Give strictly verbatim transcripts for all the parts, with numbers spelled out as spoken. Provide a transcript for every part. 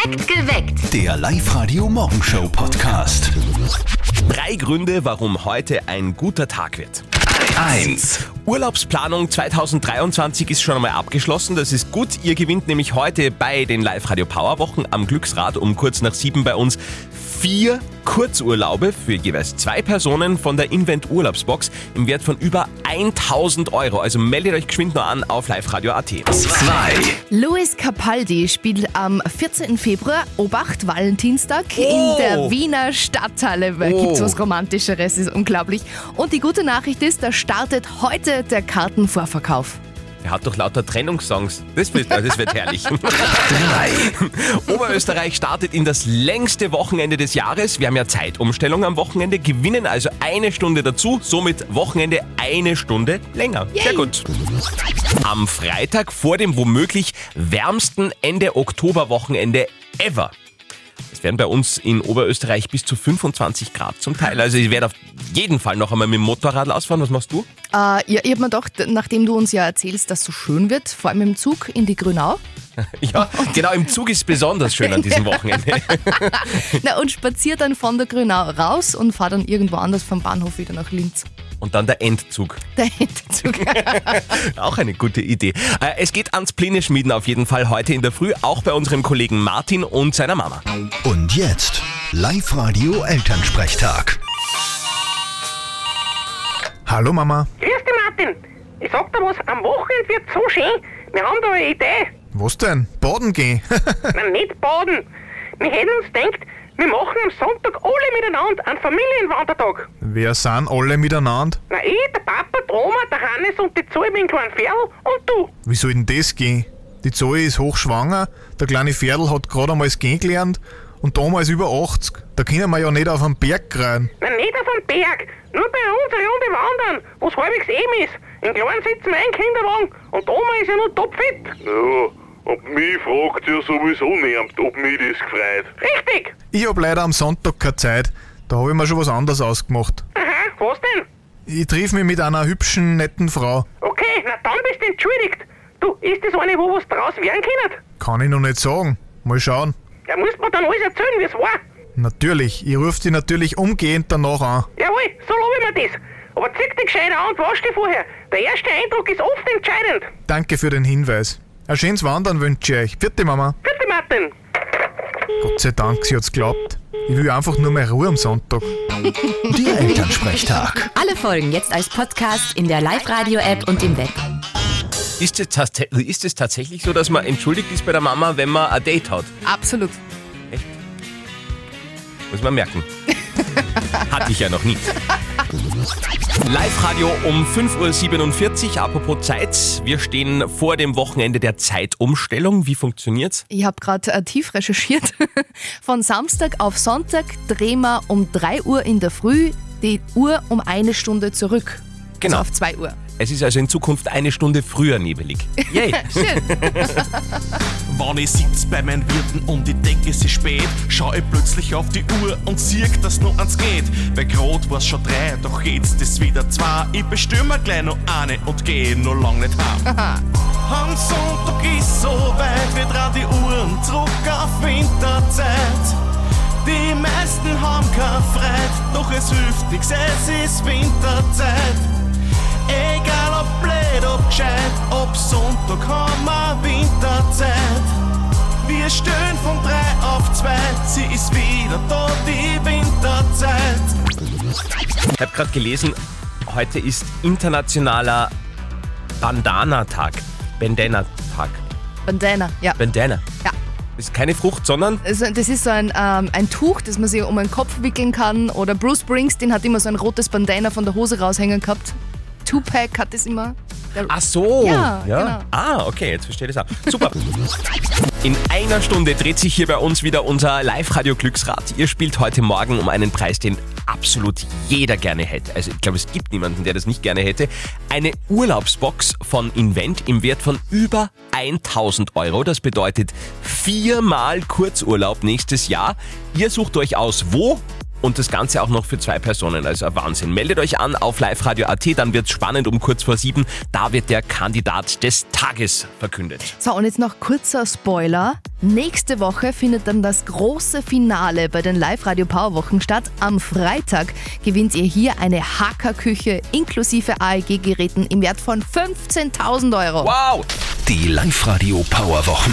Geweckt. Der Live-Radio-Morgenshow-Podcast. Drei Gründe, warum heute ein guter Tag wird. eins. Urlaubsplanung zwanzig dreiundzwanzig ist schon einmal abgeschlossen. Das ist gut. Ihr gewinnt nämlich heute bei den Live-Radio-Power-Wochen am Glücksrad um kurz nach sieben bei uns vier Kurzurlaube für jeweils zwei Personen von der Invent Urlaubsbox im Wert von über tausend Euro. Also meldet euch geschwind noch an auf liveradio punkt at. zwei. Luis Capaldi spielt am vierzehnten Februar, Obacht, Valentinstag, Oh. in der Wiener Stadthalle. Oh. Gibt's was Romantischeres, ist unglaublich. Und die gute Nachricht ist, da startet heute der Kartenvorverkauf. Er hat doch lauter Trennungssongs. Das wird, das wird herrlich. drei. Oberösterreich startet in das längste Wochenende des Jahres. Wir haben ja Zeitumstellung am Wochenende, gewinnen also eine Stunde dazu, somit Wochenende eine Stunde länger. Sehr gut. Am Freitag vor dem womöglich wärmsten Ende-Oktober-Wochenende ever. Es werden bei uns in Oberösterreich bis zu fünfundzwanzig Grad zum Teil. Also ich werde auf jeden Fall noch einmal mit dem Motorrad ausfahren. Was machst du? Äh, ja, ich hab mir gedacht, nachdem du uns ja erzählst, dass es so schön wird, vor allem im Zug in die Grünau. Ja, genau, im Zug ist es besonders schön an diesem Wochenende. Na, und spazier dann von der Grünau raus und fahr dann irgendwo anders vom Bahnhof wieder nach Linz. Und dann der Endzug. Der Hinterzug. Auch eine gute Idee. Äh, Es geht ans Pläne schmieden auf jeden Fall heute in der Früh, auch bei unserem Kollegen Martin und seiner Mama. Und jetzt Live-Radio-Elternsprechtag. Hallo Mama, Grüß dich, Martin. Ich sag dir was, am Wochenende wird so schön. Wir haben da eine Idee. was denn? Baden gehen? Nein, nicht baden. Wir hätten uns gedacht, wir machen am Sonntag alle miteinander einen Familienwandertag. Wer sind alle miteinander? Na, ich, der Papa, die Oma, der Hannes und die Zoe mit dem kleinen Pferdl und du. Wie soll denn das gehen? Die Zoe ist hochschwanger, der kleine Pferdl hat gerade einmal das Gehen gelernt und die Oma ist über achtzig. Da können wir ja nicht auf einen Berg rein. Nein, nicht auf den Berg. Nur bei uns eine Runde wandern, wo's halbwegs eben ist. Im Kleinen sitzen wir ein Kinderwagen und die Oma ist ja noch topfit. Ja, und mich fragt ja sowieso niemand, ob mich das gefreut. Richtig. Ich hab leider am Sonntag keine Zeit, da hab ich mir schon was anderes ausgemacht. Aha, was denn? Ich triff mich mit einer hübschen, netten Frau. Okay, na dann bist du entschuldigt. Du, ist das eine, wo was draus werden können? Kann ich noch nicht sagen. Mal schauen. Da muss man dann alles erzählen, wie's war. Natürlich, ich ruf die natürlich umgehend danach an. Jawohl, so lobe ich mir das. Aber zieh dich gescheit an und wasch dich vorher. Der erste Eindruck ist oft entscheidend. Danke für den Hinweis. Ein schönes Wandern wünsche ich euch. Vierte Mama. Bitte, Martin. Gott sei Dank, sie hat's geglaubt. Ich will einfach nur mehr Ruhe am Sonntag. Der Elternsprechtag. Alle Folgen jetzt als Podcast in der Live-Radio-App und im Web. Ist es, tats- ist es tatsächlich so, dass man entschuldigt ist bei der Mama, wenn man ein Date hat? Absolut. Echt? Muss man merken. Hatte ich ja noch nie. Live-Radio um fünf Uhr siebenundvierzig. Apropos Zeit, wir stehen vor dem Wochenende der Zeitumstellung. Wie funktioniert's? Ich habe gerade äh, tief recherchiert. Von Samstag auf Sonntag drehen wir um drei Uhr in der Früh die Uhr um eine Stunde zurück. Genau. Also auf zwei Uhr. Es ist also in Zukunft eine Stunde früher nebelig. Yay! Schön. Wenn ich sitz bei meinen Wirten und ich denke, es ist spät, schau ich plötzlich auf die Uhr und sieh, dass noch eins geht. Weil grad war's schon drei, doch jetzt ist wieder zwei. Ich bestell mir gleich noch eine und geh noch lang nicht heim. Am Sonntag ist so weit, wir drehen die Uhren zurück auf Winterzeit. Die meisten haben keine Freude, doch es hilft nix, es ist Winterzeit. Egal ob blöd, ob gescheit, ob Sonntag haben wir Winterzeit. Wir stehen von drei auf zwei, sie ist wieder da, die Winterzeit. Ich habe gerade gelesen, heute ist internationaler Bandana-Tag. Bandana-Tag. Bandana, ja. Bandana. ja. Das ist keine Frucht, sondern... Also das ist so ein, ähm, ein Tuch, das man sich um den Kopf wickeln kann. Oder Bruce Springsteen hat immer so ein rotes Bandana von der Hose raushängen gehabt. Tupac hat das immer. Der Ach so. Ja, genau. Ah, okay, jetzt verstehe ich das auch. Super. In einer Stunde dreht sich hier bei uns wieder unser Live-Radio-Glücksrad. Ihr spielt heute Morgen um einen Preis, den absolut jeder gerne hätte. Also ich glaube, es gibt niemanden, der das nicht gerne hätte. Eine Urlaubsbox von Invent im Wert von über tausend Euro. Das bedeutet viermal Kurzurlaub nächstes Jahr. Ihr sucht euch aus, wo Und das Ganze auch noch für zwei Personen, also ein Wahnsinn. Meldet euch an auf live radio punkt at, dann wird's spannend um kurz vor sieben. Da wird der Kandidat des Tages verkündet. So, und jetzt noch kurzer Spoiler. Nächste Woche findet dann das große Finale bei den Live-Radio-Power-Wochen statt. Am Freitag gewinnt ihr hier eine Hackerküche inklusive A E G-Geräten im Wert von fünfzehntausend Euro. Wow! Die Live-Radio Powerwochen.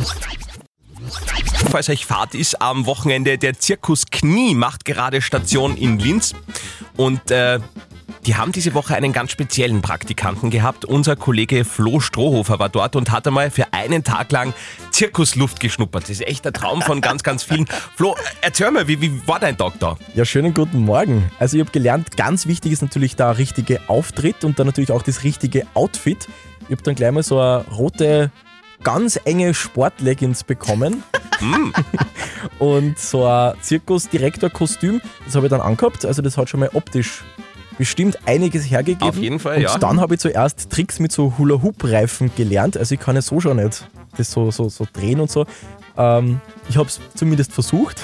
Falls euch Fahrt ist am Wochenende, der Zirkus Knie macht gerade Station in Linz. Und äh, die haben diese Woche einen ganz speziellen Praktikanten gehabt. Unser Kollege Flo Strohhofer war dort und hat einmal für einen Tag lang Zirkusluft geschnuppert. Das ist echt der Traum von ganz, ganz vielen. Flo, erzähl mal, wie, wie war dein Tag da? Ja, schönen guten Morgen. Also ich habe gelernt, ganz wichtig ist natürlich der richtige Auftritt und dann natürlich auch das richtige Outfit. Ich habe dann gleich mal so eine rote, ganz enge Sportleggings bekommen. Mm. Und so ein Zirkusdirektor-Kostüm, das habe ich dann angehabt. Also das hat schon mal optisch bestimmt einiges hergegeben. Auf jeden Fall, und ja. Und dann habe ich zuerst Tricks mit so Hula-Hoop-Reifen gelernt. Also ich kann ja so schon nicht das so, so, so drehen und so. Ähm, ich habe es zumindest versucht.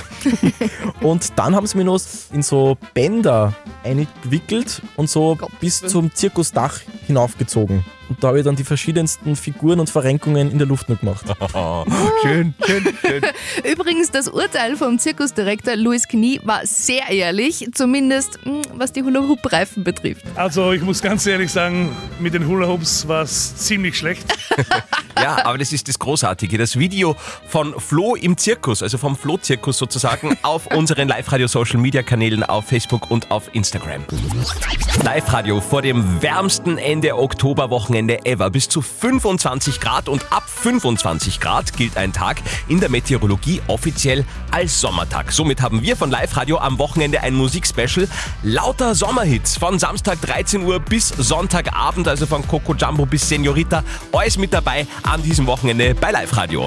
Und dann haben sie mich noch in so Bänder eingewickelt und so Gott, bis zum Zirkusdach hinaufgezogen. Und da habe ich dann die verschiedensten Figuren und Verrenkungen in der Luft noch gemacht. Oh, schön, schön, schön. Übrigens, das Urteil vom Zirkusdirektor Louis Knie war sehr ehrlich, zumindest mh, was die Hula-Hoop-Reifen betrifft. Also ich muss ganz ehrlich sagen, mit den Hula-Hoops war es ziemlich schlecht. Ja, aber das ist das Großartige. Das Video von Flo im Zirkus, also vom Flo-Zirkus sozusagen, auf unseren Live-Radio-Social-Media-Kanälen auf Facebook und auf Instagram. Live-Radio vor dem wärmsten Ende Oktoberwochenende ever. Bis zu fünfundzwanzig Grad und ab fünfundzwanzig Grad gilt ein Tag in der Meteorologie offiziell als Sommertag. Somit haben wir von Live-Radio am Wochenende ein Musikspecial. Lauter Sommerhits von Samstag dreizehn Uhr bis Sonntagabend, also von Coco Jumbo bis Senorita. Alles mit dabei an diesem Wochenende bei Live-Radio.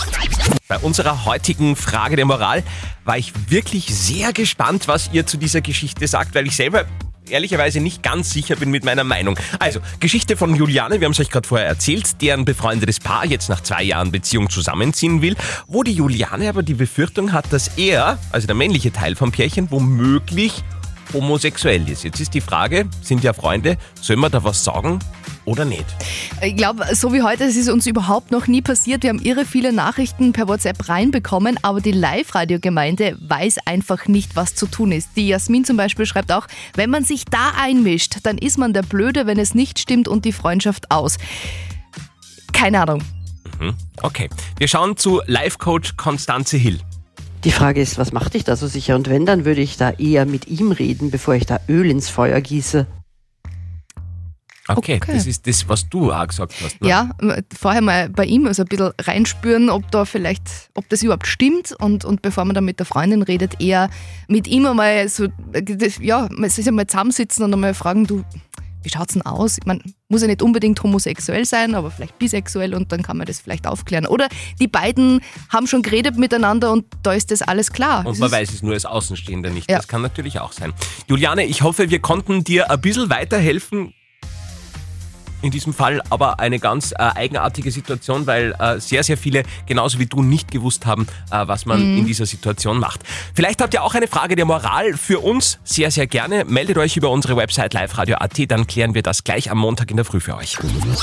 Bei unserer heutigen Frage der Moral war ich wirklich sehr gespannt, was ihr zu dieser Geschichte sagt, weil ich selber ehrlicherweise nicht ganz sicher bin mit meiner Meinung. Also, Geschichte von Juliane, wir haben es euch gerade vorher erzählt, deren befreundetes Paar jetzt nach zwei Jahren Beziehung zusammenziehen will, wo die Juliane aber die Befürchtung hat, dass er, also der männliche Teil vom Pärchen, womöglich homosexuell ist. Jetzt ist die Frage, sind ja Freunde, sollen wir da was sagen oder nicht? Ich glaube, so wie heute, es ist uns überhaupt noch nie passiert. Wir haben irre viele Nachrichten per WhatsApp reinbekommen, aber die Live-Radio-Gemeinde weiß einfach nicht, was zu tun ist. Die Jasmin zum Beispiel schreibt auch, wenn man sich da einmischt, dann ist man der Blöde, wenn es nicht stimmt und die Freundschaft aus. Keine Ahnung. Mhm. Okay, wir schauen zu Life-Coach Konstanze Hill. Die Frage ist, was macht dich da so sicher? Und wenn, dann würde ich da eher mit ihm reden, bevor ich da Öl ins Feuer gieße. Okay, Okay. das ist das, was du auch gesagt hast. Ne? Ja, vorher mal bei ihm also ein bisschen reinspüren, ob da vielleicht, ob das überhaupt stimmt und, und bevor man dann mit der Freundin redet, eher mit ihm einmal so, das, ja, man soll sich einmal zusammensitzen und einmal fragen, du, wie schaut's denn aus? Ich meine, muss ja nicht unbedingt homosexuell sein, aber vielleicht bisexuell und dann kann man das vielleicht aufklären. Oder die beiden haben schon geredet miteinander und da ist das alles klar. Und Das man ist- weiß es nur als Außenstehender nicht. Ja. Das kann natürlich auch sein. Juliane, ich hoffe, wir konnten dir ein bisschen weiterhelfen. In diesem Fall aber eine ganz äh, eigenartige Situation, weil äh, sehr, sehr viele, genauso wie du, nicht gewusst haben, äh, was man Mhm. in dieser Situation macht. Vielleicht habt ihr auch eine Frage der Moral für uns. Sehr, sehr gerne. Meldet euch über unsere Website live radio punkt at, dann klären wir das gleich am Montag in der Früh für euch.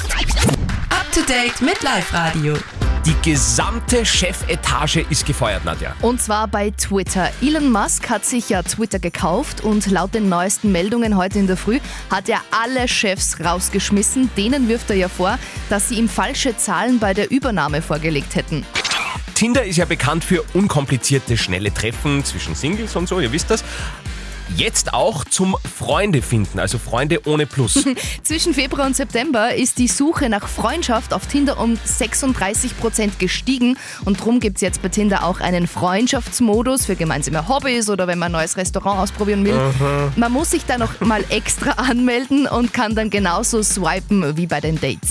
Up to date mit Live-Radio. Die gesamte Chefetage ist gefeuert, Nadja. Und zwar bei Twitter. Elon Musk hat sich ja Twitter gekauft und laut den neuesten Meldungen heute in der Früh hat er alle Chefs rausgeschmissen. Denen wirft er ja vor, dass sie ihm falsche Zahlen bei der Übernahme vorgelegt hätten. Tinder ist ja bekannt für unkomplizierte, schnelle Treffen zwischen Singles und so, ihr wisst das. Jetzt auch zum Freunde finden, also Freunde ohne Plus. Zwischen Februar und September ist die Suche nach Freundschaft auf Tinder um sechsunddreißig Prozent gestiegen und darum gibt es jetzt bei Tinder auch einen Freundschaftsmodus für gemeinsame Hobbys oder wenn man ein neues Restaurant ausprobieren will. Man muss sich da noch mal extra anmelden und kann dann genauso swipen wie bei den Dates.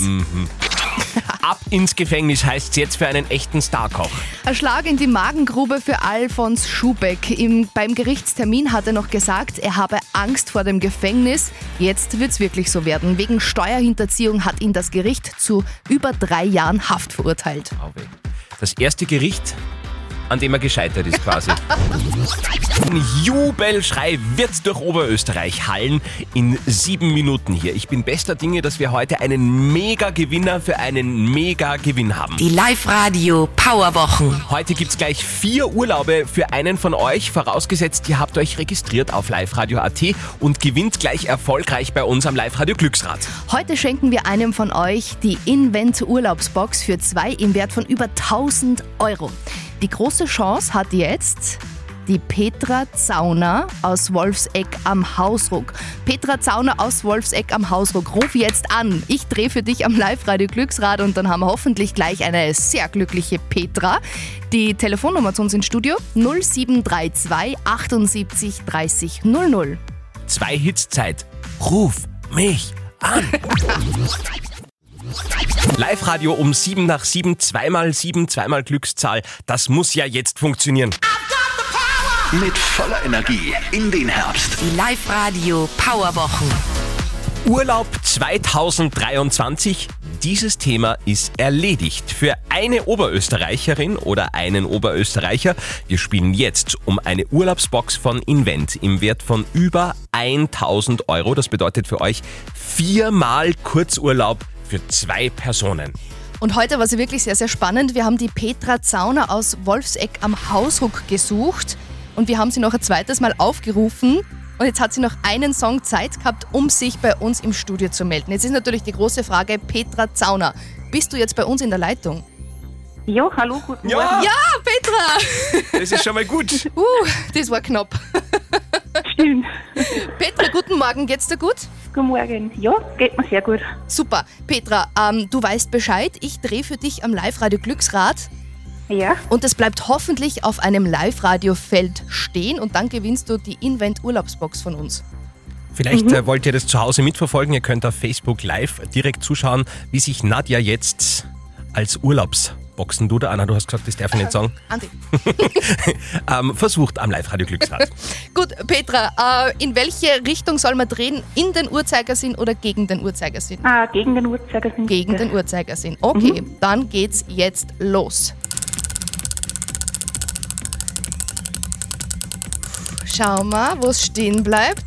Ab ins Gefängnis heißt's jetzt für einen echten Starkoch. Ein Schlag in die Magengrube für Alfons Schubeck. Im, beim Gerichtstermin hat er noch gesagt, er habe Angst vor dem Gefängnis. Jetzt wird's wirklich so werden. Wegen Steuerhinterziehung hat ihn das Gericht zu über drei Jahren Haft verurteilt. Das erste Gericht an dem er gescheitert ist quasi. Ein Jubelschrei wird durch Oberösterreich hallen in sieben Minuten hier. Ich bin bester Dinge, dass wir heute einen Mega-Gewinner für einen Mega-Gewinn haben. Die Live-Radio Powerwochen. Heute gibt's gleich vier Urlaube für einen von euch, vorausgesetzt ihr habt euch registriert auf liveradio punkt at und gewinnt gleich erfolgreich bei uns am Live-Radio Glücksrad. Heute schenken wir einem von euch die Invent Urlaubsbox für zwei im Wert von über tausend Euro. Die große Chance hat jetzt die Petra Zauner aus Wolfsegg am Hausruck. Petra Zauner aus Wolfsegg am Hausruck, ruf jetzt an. Ich drehe für dich am Live-Radio Glücksrad und dann haben wir hoffentlich gleich eine sehr glückliche Petra. Die Telefonnummer zu uns ins Studio null sieben drei zwei achtundsiebzig dreißig null null. Zwei Hits Zeit. Ruf mich an. Live-Radio um sieben nach sieben, zweimal sieben, zweimal Glückszahl. Das muss ja jetzt funktionieren. Mit voller Energie in den Herbst. Die Live-Radio Powerwochen. Urlaub zweitausenddreiundzwanzig. Dieses Thema ist erledigt. Für eine Oberösterreicherin oder einen Oberösterreicher. Wir spielen jetzt um eine Urlaubsbox von Invent im Wert von über tausend Euro. Das bedeutet für euch viermal Kurzurlaub für zwei Personen. Und heute war sie wirklich sehr, sehr spannend. Wir haben die Petra Zauner aus Wolfsegg am Hausruck gesucht und wir haben sie noch ein zweites Mal aufgerufen und jetzt hat sie noch einen Song Zeit gehabt, um sich bei uns im Studio zu melden. Jetzt ist natürlich die große Frage, Petra Zauner, bist du jetzt bei uns in der Leitung? Ja, hallo, guten Ja. Morgen. Ja, Petra! Das ist schon mal gut. Uh, das war knapp. Stimmt. Petra, guten Morgen, geht's dir gut? Guten Morgen. Ja, geht mir sehr gut. Super. Petra, ähm, du weißt Bescheid. Ich drehe für dich am Live-Radio Glücksrad. Ja. Und es bleibt hoffentlich auf einem Live-Radio-Feld stehen und dann gewinnst du die Invent Urlaubsbox von uns. Vielleicht Mhm. äh, wollt ihr das zu Hause mitverfolgen. Ihr könnt auf Facebook Live direkt zuschauen, wie sich Nadja jetzt als Urlaubsboxen, du da, Anna, du hast gesagt, das darf ich nicht sagen, Andi. ähm, versucht am Live-Radio Glücksrad. Gut, Petra, äh, in welche Richtung soll man drehen? In den Uhrzeigersinn oder gegen den Uhrzeigersinn? Ah, gegen den Uhrzeigersinn. Gegen bitte. den Uhrzeigersinn. Okay, dann geht's jetzt los. Schau mal, wo es stehen bleibt.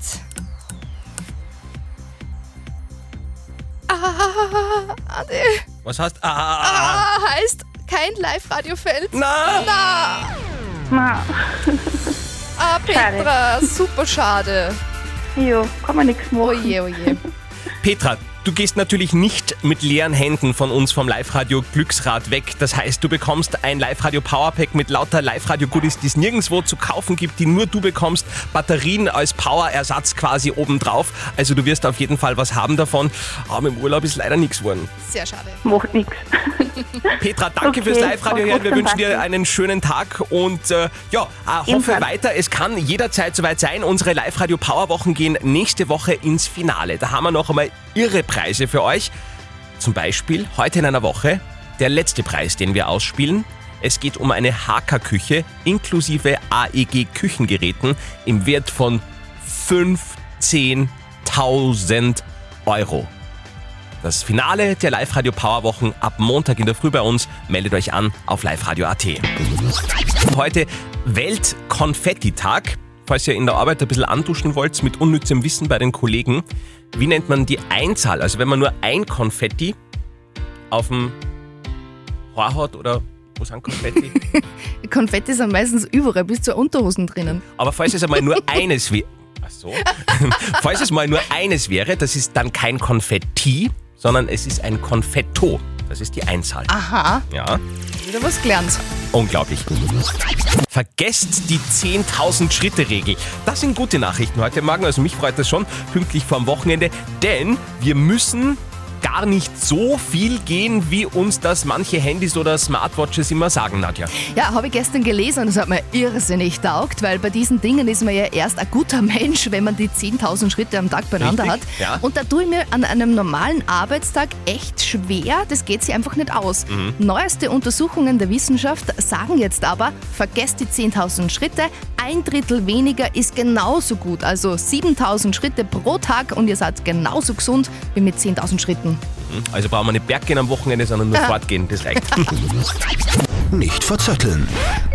Ah, Andi. Was heißt? Ah, ah, ah. Ah, heißt kein Live-Radio-Feld. Na. Na. Na, Ah, Petra, super schade. ja, kann man nichts machen. Oje, oje. Petra, du gehst natürlich nicht mit leeren Händen von uns vom Live-Radio Glücksrad weg. Das heißt, du bekommst ein Live-Radio Powerpack mit lauter Live-Radio-Goodies, die es nirgendwo zu kaufen gibt, die nur du bekommst. Batterien als Power-Ersatz quasi obendrauf. Also du wirst auf jeden Fall was haben davon. Aber im Urlaub ist leider nichts geworden. Sehr schade. Macht nichts. Petra, danke Okay, fürs Live-Radio hören. Wir trotzdem wünschen dir danke. einen schönen Tag und äh, ja, äh, hoffe Ebenfalls. weiter. Es kann jederzeit soweit sein. Unsere Live-Radio Powerwochen gehen nächste Woche ins Finale. Da haben wir noch einmal irre Preise für euch. Zum Beispiel heute in einer Woche der letzte Preis, den wir ausspielen. Es geht um eine H K-Küche inklusive A E G-Küchengeräten im Wert von fünfzehntausend Euro. Das Finale der Live-Radio Powerwochen ab Montag in der Früh bei uns. Meldet euch an auf liveradio punkt at. Heute Welt-Konfetti-Tag. Falls ihr in der Arbeit ein bisschen antuschen wollt mit unnützem Wissen bei den Kollegen. Wie nennt man die Einzahl? Also wenn man nur ein Konfetti auf dem Haar hat oder wo sind Konfetti? Konfetti sind meistens überall, bis zur Unterhosen drinnen. Aber falls es einmal nur eines wäre, ach so, falls es mal nur eines wäre, das ist dann kein Konfetti, sondern es ist ein Konfetto. Das ist die Einzahl. Aha, Ja, wieder was gelernt. unglaublich. Vergesst die zehntausend Schritte Regel. Das sind gute Nachrichten heute Morgen. Also mich freut das schon, pünktlich vorm Wochenende. Denn wir müssen gar nicht so viel gehen, wie uns das manche Handys oder Smartwatches immer sagen, Nadja. Ja, habe ich gestern gelesen und das hat mir irrsinnig taugt, weil bei diesen Dingen ist man ja erst ein guter Mensch, wenn man die zehntausend Schritte am Tag beieinander Richtig, hat. ja. Und da tue ich mir an einem normalen Arbeitstag echt schwer, das geht sich einfach nicht aus. Mhm. Neueste Untersuchungen der Wissenschaft sagen jetzt aber, vergesst die zehntausend Schritte, ein Drittel weniger ist genauso gut, also siebentausend Schritte pro Tag und ihr seid genauso gesund wie mit zehntausend Schritten. Also brauchen wir nicht berggehen am Wochenende, sondern nur Ja. fortgehen, das reicht. Nicht verzetteln.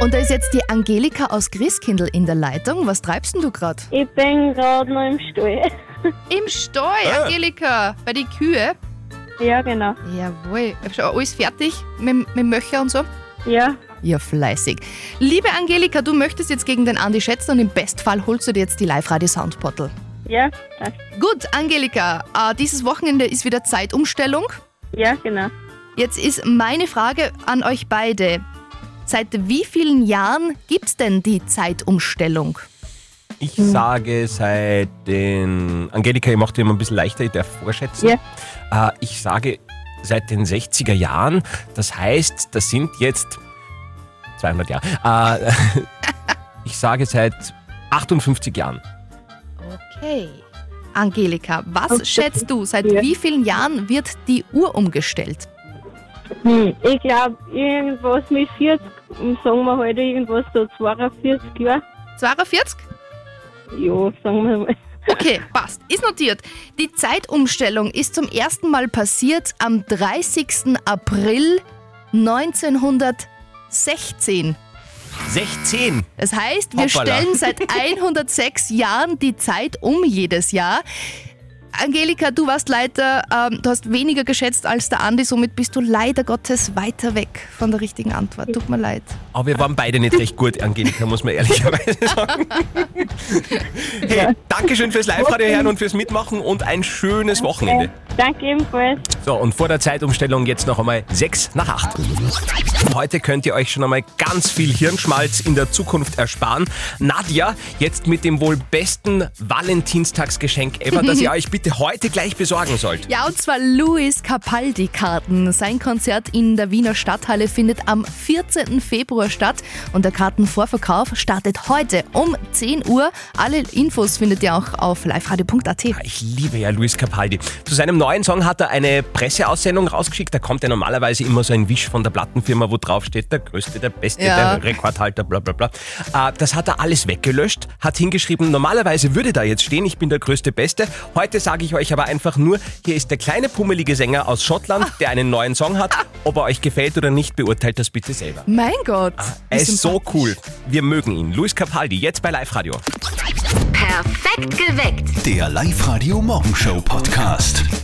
Und da ist jetzt die Angelika aus Christkindl in der Leitung. Was treibst denn du gerade? Ich bin gerade noch im Stall. Im Stall, Ah. Angelika, bei den Kühe? Ja, genau. Jawohl. Schon alles fertig mit, mit Möcher und so? Ja. Ja, fleißig. Liebe Angelika, du möchtest jetzt gegen den Andi schätzen und im Bestfall holst du dir jetzt die Live-Radio-Soundbottle. Ja, das. Gut, Angelika, äh, dieses Wochenende ist wieder Zeitumstellung. Ja, genau. Jetzt ist meine Frage an euch beide. Seit wie vielen Jahren gibt es denn die Zeitumstellung? Ich sage seit den... Angelika, ich mache dir immer ein bisschen leichter, ich darf vorschätzen. Ja. Äh, ich sage seit den sechziger Jahren. Das heißt, das sind jetzt zweihundert Jahre. Äh, ich sage seit achtundfünfzig Jahren. Okay. Angelika, was Okay. schätzt du? Seit Ja. wie vielen Jahren wird die Uhr umgestellt? Hm, ich glaube, irgendwas mit vierzig, sagen wir halt irgendwas so zweiundvierzig Jahre. zweiundvierzig? Ja, sagen wir mal. Okay, passt. Ist notiert. Die Zeitumstellung ist zum ersten Mal passiert am dreißigsten April neunzehnhundertsechzehn. sechzehn. Das heißt, wir Hoppala. stellen seit hundertsechs Jahren die Zeit um jedes Jahr. Angelika, du warst leider, ähm, du hast weniger geschätzt als der Andi, somit bist du leider Gottes weiter weg von der richtigen Antwort. Tut mir leid. Aber wir waren beide nicht recht gut, Angelika, muss man ehrlicherweise sagen. Hey, Dankeschön fürs Live-Radio hören und fürs Mitmachen und ein schönes Wochenende. Danke ebenfalls. So, und vor der Zeitumstellung jetzt noch einmal sechs nach acht. Heute könnt ihr euch schon einmal ganz viel Hirnschmalz in der Zukunft ersparen. Nadja, jetzt mit dem wohl besten Valentinstagsgeschenk ever, das ihr euch bitte heute gleich besorgen sollt. Ja, und zwar Luis Capaldi-Karten. Sein Konzert in der Wiener Stadthalle findet am vierzehnten Februar statt und der Kartenvorverkauf startet heute um zehn Uhr. Alle Infos findet ihr auch auf liveradio punkt at. Ich liebe ja Luis Capaldi. Zu seinem neuen Song hat er eine Presseaussendung rausgeschickt. Da kommt ja normalerweise immer so ein Wisch von der Plattenfirma, wo drauf steht, der Größte, der Beste, Ja. der Rekordhalter, bla bla bla. Äh, das hat er alles weggelöscht, hat hingeschrieben, normalerweise würde da jetzt stehen, ich bin der größte Beste. Heute sage ich euch aber einfach nur, hier ist der kleine pummelige Sänger aus Schottland, der einen neuen Song hat. Ob er euch gefällt oder nicht, beurteilt das bitte selber. Mein Gott. Er ist so cool. Wir mögen ihn. Luis Capaldi, jetzt bei Live Radio. Perfekt geweckt. Der Live-Radio Morgenshow Podcast.